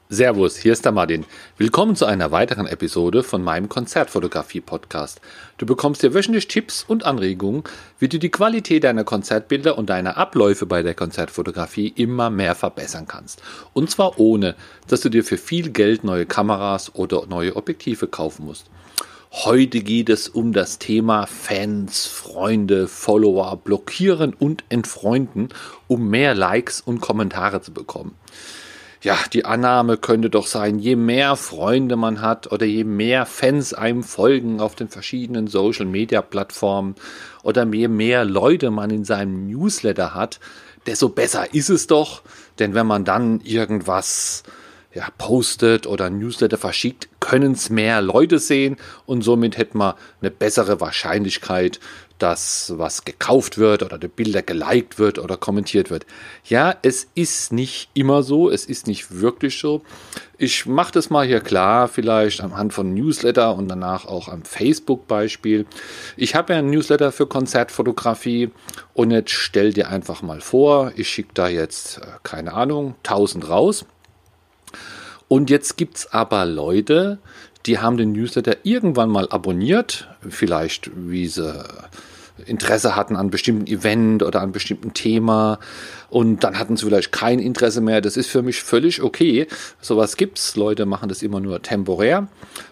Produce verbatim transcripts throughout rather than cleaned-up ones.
Servus, hier ist der Martin. Willkommen zu einer weiteren Episode von meinem Konzertfotografie-Podcast. Du bekommst hier wöchentlich Tipps und Anregungen, wie du die Qualität deiner Konzertbilder und deiner Abläufe bei der Konzertfotografie immer mehr verbessern kannst. Und zwar ohne, dass du dir für viel Geld neue Kameras oder neue Objektive kaufen musst. Heute geht es um das Thema Fans, Freunde, Follower blockieren und entfreunden, um mehr Likes und Kommentare zu bekommen. Ja, die Annahme könnte doch sein, je mehr Freunde man hat oder je mehr Fans einem folgen auf den verschiedenen Social-Media-Plattformen oder je mehr Leute man in seinem Newsletter hat, desto besser ist es doch. Denn wenn man dann irgendwas ja, postet oder ein Newsletter verschickt, können es mehr Leute sehen und somit hätte man eine bessere Wahrscheinlichkeit, dass was gekauft wird oder die Bilder geliked wird oder kommentiert wird. Ja, es ist nicht immer so, es ist nicht wirklich so. Ich mache das mal hier klar, vielleicht anhand von Newsletter und danach auch am Facebook-Beispiel. Ich habe ja einen Newsletter für Konzertfotografie und jetzt stell dir einfach mal vor, ich schicke da jetzt, keine Ahnung, tausend raus. Und jetzt gibt es aber Leute, die haben den Newsletter irgendwann mal abonniert, vielleicht wie sie Interesse hatten an einem bestimmten Event oder an einem bestimmten Thema und dann hatten sie vielleicht kein Interesse mehr. Das ist für mich völlig okay. Sowas gibt's. Leute machen das immer nur temporär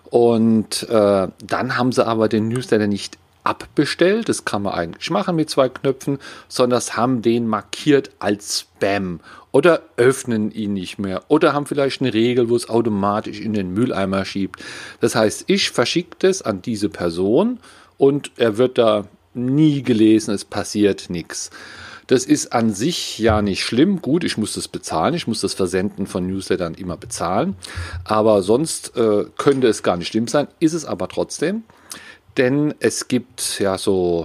und äh, dann haben sie aber den Newsletter nicht abbestellt, das kann man eigentlich machen mit zwei Knöpfen, sondern haben den markiert als Spam oder öffnen ihn nicht mehr oder haben vielleicht eine Regel, wo es automatisch in den Mülleimer schiebt. Das heißt, ich verschicke das an diese Person und er wird da nie gelesen, es passiert nichts. Das ist an sich ja nicht schlimm. Gut, ich muss das bezahlen, ich muss das Versenden von Newslettern immer bezahlen, aber sonst äh, könnte es gar nicht schlimm sein, ist es aber trotzdem. Denn es gibt ja so,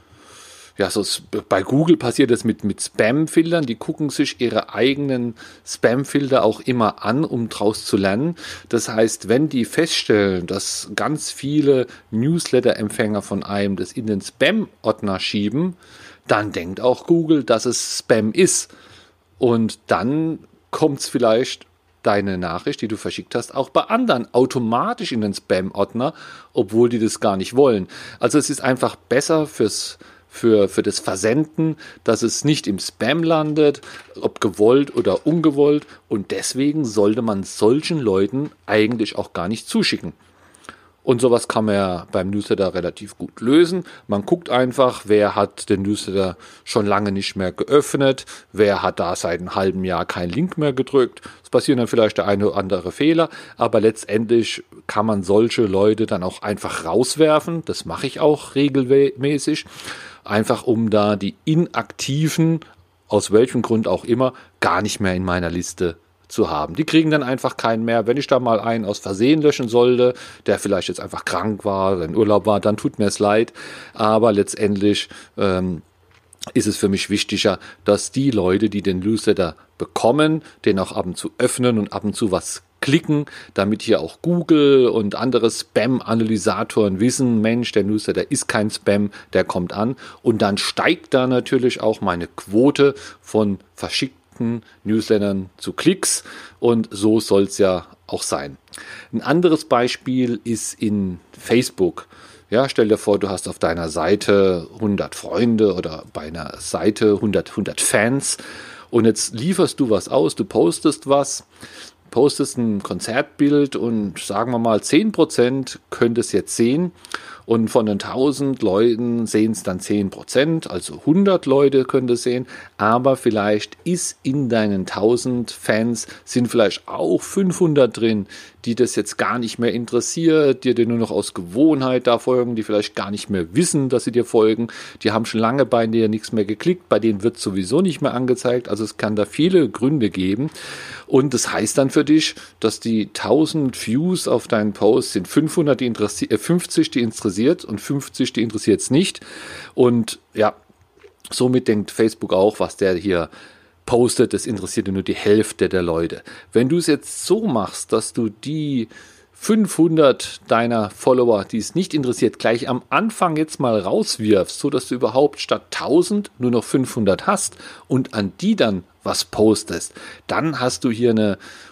ja so bei Google passiert das mit, mit Spam-Filtern, die gucken sich ihre eigenen Spam-Filter auch immer an, um draus zu lernen. Das heißt, wenn die feststellen, dass ganz viele Newsletter-Empfänger von einem das in den Spam-Ordner schieben, dann denkt auch Google, dass es Spam ist. Und dann kommt es vielleicht deine Nachricht, die du verschickt hast, auch bei anderen automatisch in den Spam-Ordner, obwohl die das gar nicht wollen. Also es ist einfach besser fürs, für, für das Versenden, dass es nicht im Spam landet, ob gewollt oder ungewollt. Und deswegen sollte man solchen Leuten eigentlich auch gar nicht zuschicken. Und sowas kann man ja beim Newsletter relativ gut lösen. Man guckt einfach, wer hat den Newsletter schon lange nicht mehr geöffnet, wer hat da seit einem halben Jahr keinen Link mehr gedrückt. Es passieren dann vielleicht der eine oder andere Fehler, aber letztendlich kann man solche Leute dann auch einfach rauswerfen. Das mache ich auch regelmäßig, einfach um da die Inaktiven, aus welchem Grund auch immer, gar nicht mehr in meiner Liste zu haben. Die kriegen dann einfach keinen mehr. Wenn ich da mal einen aus Versehen löschen sollte, der vielleicht jetzt einfach krank war oder in Urlaub war, dann tut mir es leid. Aber letztendlich ähm, ist es für mich wichtiger, dass die Leute, die den Newsletter bekommen, den auch ab und zu öffnen und ab und zu was klicken, damit hier auch Google und andere Spam-Analysatoren wissen, Mensch, der Newsletter ist kein Spam, der kommt an. Und dann steigt da natürlich auch meine Quote von verschickten Newslettern zu Klicks und so soll es ja auch sein. Ein anderes Beispiel ist in Facebook. Ja, stell dir vor, du hast auf deiner Seite hundert Freunde oder bei einer Seite hundert, hundert Fans und jetzt lieferst du was aus, du postest was, postest ein Konzertbild und sagen wir mal zehn Prozent könnt es jetzt sehen. Und von den tausend Leuten sehen es dann zehn Prozent, also hundert Leute können es sehen, aber vielleicht ist in deinen tausend Fans, sind vielleicht auch fünfhundert drin, die das jetzt gar nicht mehr interessiert, die dir nur noch aus Gewohnheit da folgen, die vielleicht gar nicht mehr wissen, dass sie dir folgen, die haben schon lange bei dir nichts mehr geklickt, bei denen wird sowieso nicht mehr angezeigt, also es kann da viele Gründe geben und das heißt dann für dich, dass die tausend Views auf deinen Post sind fünfhundert, die interessiert, äh, fünfzig, die interessiert und fünfzig, die interessiert es nicht und ja, somit denkt Facebook auch, was der hier postet, das interessiert nur die Hälfte der Leute. Wenn du es jetzt so machst, dass du die fünfhundert deiner Follower, die es nicht interessiert, gleich am Anfang jetzt mal rauswirfst, so dass du überhaupt statt tausend nur noch fünfhundert hast und an die dann was postest, dann hast du hier eine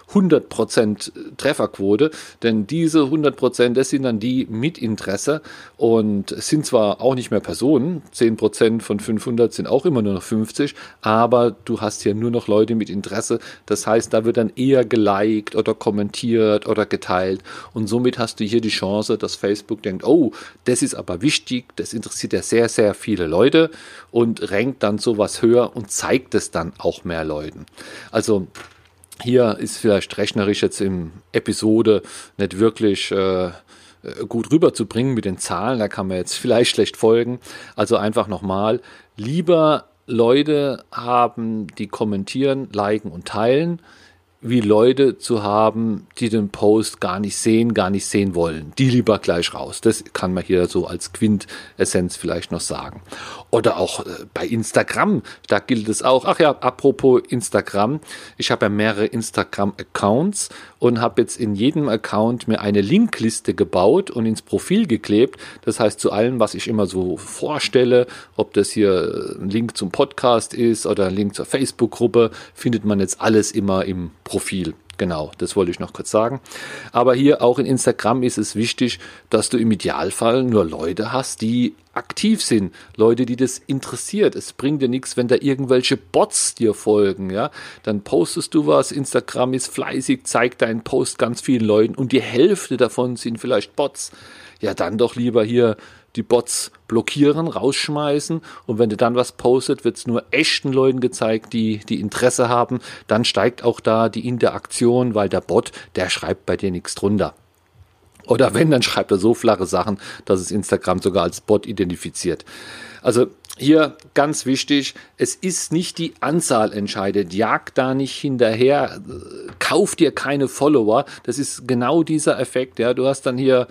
hundert Prozent Trefferquote, denn diese hundert Prozent, das sind dann die mit Interesse und es sind zwar auch nicht mehr Personen, zehn Prozent von fünfhundert sind auch immer nur noch fünfzig, aber du hast hier nur noch Leute mit Interesse, das heißt, da wird dann eher geliked oder kommentiert oder geteilt und somit hast du hier die Chance, dass Facebook denkt, oh, das ist aber wichtig, das interessiert ja sehr, sehr viele Leute und rankt dann sowas höher und zeigt es dann auch mehr Leuten. Also hier ist vielleicht rechnerisch jetzt im Episode nicht wirklich äh, gut rüberzubringen mit den Zahlen, da kann man jetzt vielleicht schlecht folgen. Also einfach nochmal, lieber Leute haben, die kommentieren, liken und teilen, wie Leute zu haben, die den Post gar nicht sehen, gar nicht sehen wollen. Die lieber gleich raus. Das kann man hier so als Quintessenz vielleicht noch sagen. Oder auch äh, bei Instagram, da gilt es auch. Ach ja, apropos Instagram. Ich habe ja mehrere Instagram-Accounts und habe jetzt in jedem Account mir eine Linkliste gebaut und ins Profil geklebt. Das heißt, zu allem, was ich immer so vorstelle, ob das hier ein Link zum Podcast ist oder ein Link zur Facebook-Gruppe, findet man jetzt alles immer im Profil. Genau, das wollte ich noch kurz sagen. Aber hier auch in Instagram ist es wichtig, dass du im Idealfall nur Leute hast, die aktiv sind. Leute, die das interessiert. Es bringt dir nichts, wenn da irgendwelche Bots dir folgen. Ja? Dann postest du was, Instagram ist fleißig, zeigt deinen Post ganz vielen Leuten und die Hälfte davon sind vielleicht Bots. Ja, dann doch lieber hier die Bots blockieren, rausschmeißen und wenn du dann was postet, wird es nur echten Leuten gezeigt, die, die Interesse haben. Dann steigt auch da die Interaktion, weil der Bot, der schreibt bei dir nichts drunter. Oder wenn, dann schreibt er so flache Sachen, dass es Instagram sogar als Bot identifiziert. Also hier ganz wichtig, es ist nicht die Anzahl entscheidend, jag da nicht hinterher, kauf dir keine Follower, das ist genau dieser Effekt, ja, du hast dann hier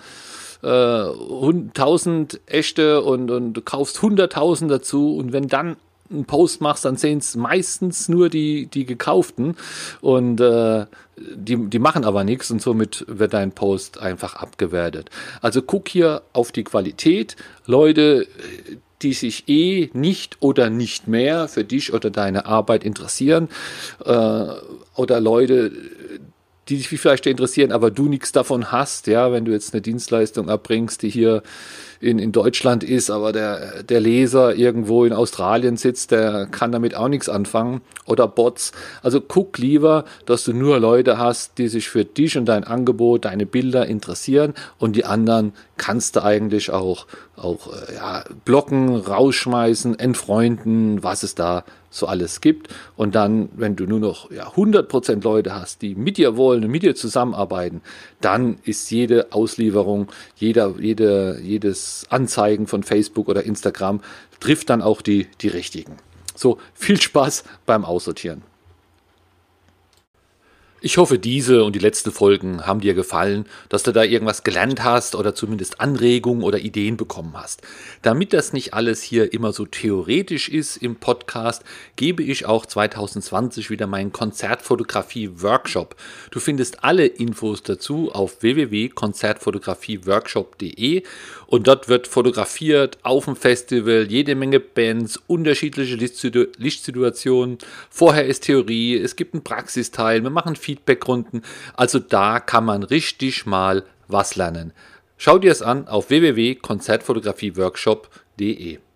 tausend echte und, und du kaufst hunderttausend dazu und wenn dann einen Post machst, dann sehen es meistens nur die, die gekauften und äh, die, die machen aber nichts und somit wird dein Post einfach abgewertet. Also guck hier auf die Qualität. Leute, die sich eh nicht oder nicht mehr für dich oder deine Arbeit interessieren äh, oder Leute, die dich vielleicht interessieren, aber du nichts davon hast, ja, wenn du jetzt eine Dienstleistung erbringst, die hier in, in Deutschland ist, aber der, der Leser irgendwo in Australien sitzt, der kann damit auch nichts anfangen oder Bots. Also guck lieber, dass du nur Leute hast, die sich für dich und dein Angebot, deine Bilder interessieren und die anderen kannst du eigentlich auch, auch ja, blocken, rausschmeißen, entfreunden, was es da so alles gibt. Und dann, wenn du nur noch ja, hundert Prozent Leute hast, die mit dir wollen und mit dir zusammenarbeiten, dann ist jede Auslieferung, jeder, jede, jedes Anzeigen von Facebook oder Instagram trifft dann auch die, die richtigen. So, viel Spaß beim Aussortieren. Ich hoffe, diese und die letzten Folgen haben dir gefallen, dass du da irgendwas gelernt hast oder zumindest Anregungen oder Ideen bekommen hast. Damit das nicht alles hier immer so theoretisch ist im Podcast, gebe ich auch zwanzig zwanzig wieder meinen Konzertfotografie-Workshop. Du findest alle Infos dazu auf w w w punkt konzertfotografieworkshop punkt de und dort wird fotografiert auf dem Festival, jede Menge Bands, unterschiedliche Lichtsitu- Lichtsituationen. Vorher ist Theorie, es gibt einen Praxisteil, wir machen Feedbackrunden. Also da kann man richtig mal was lernen. Schau dir es an auf w w w punkt konzertfotografieworkshop punkt de.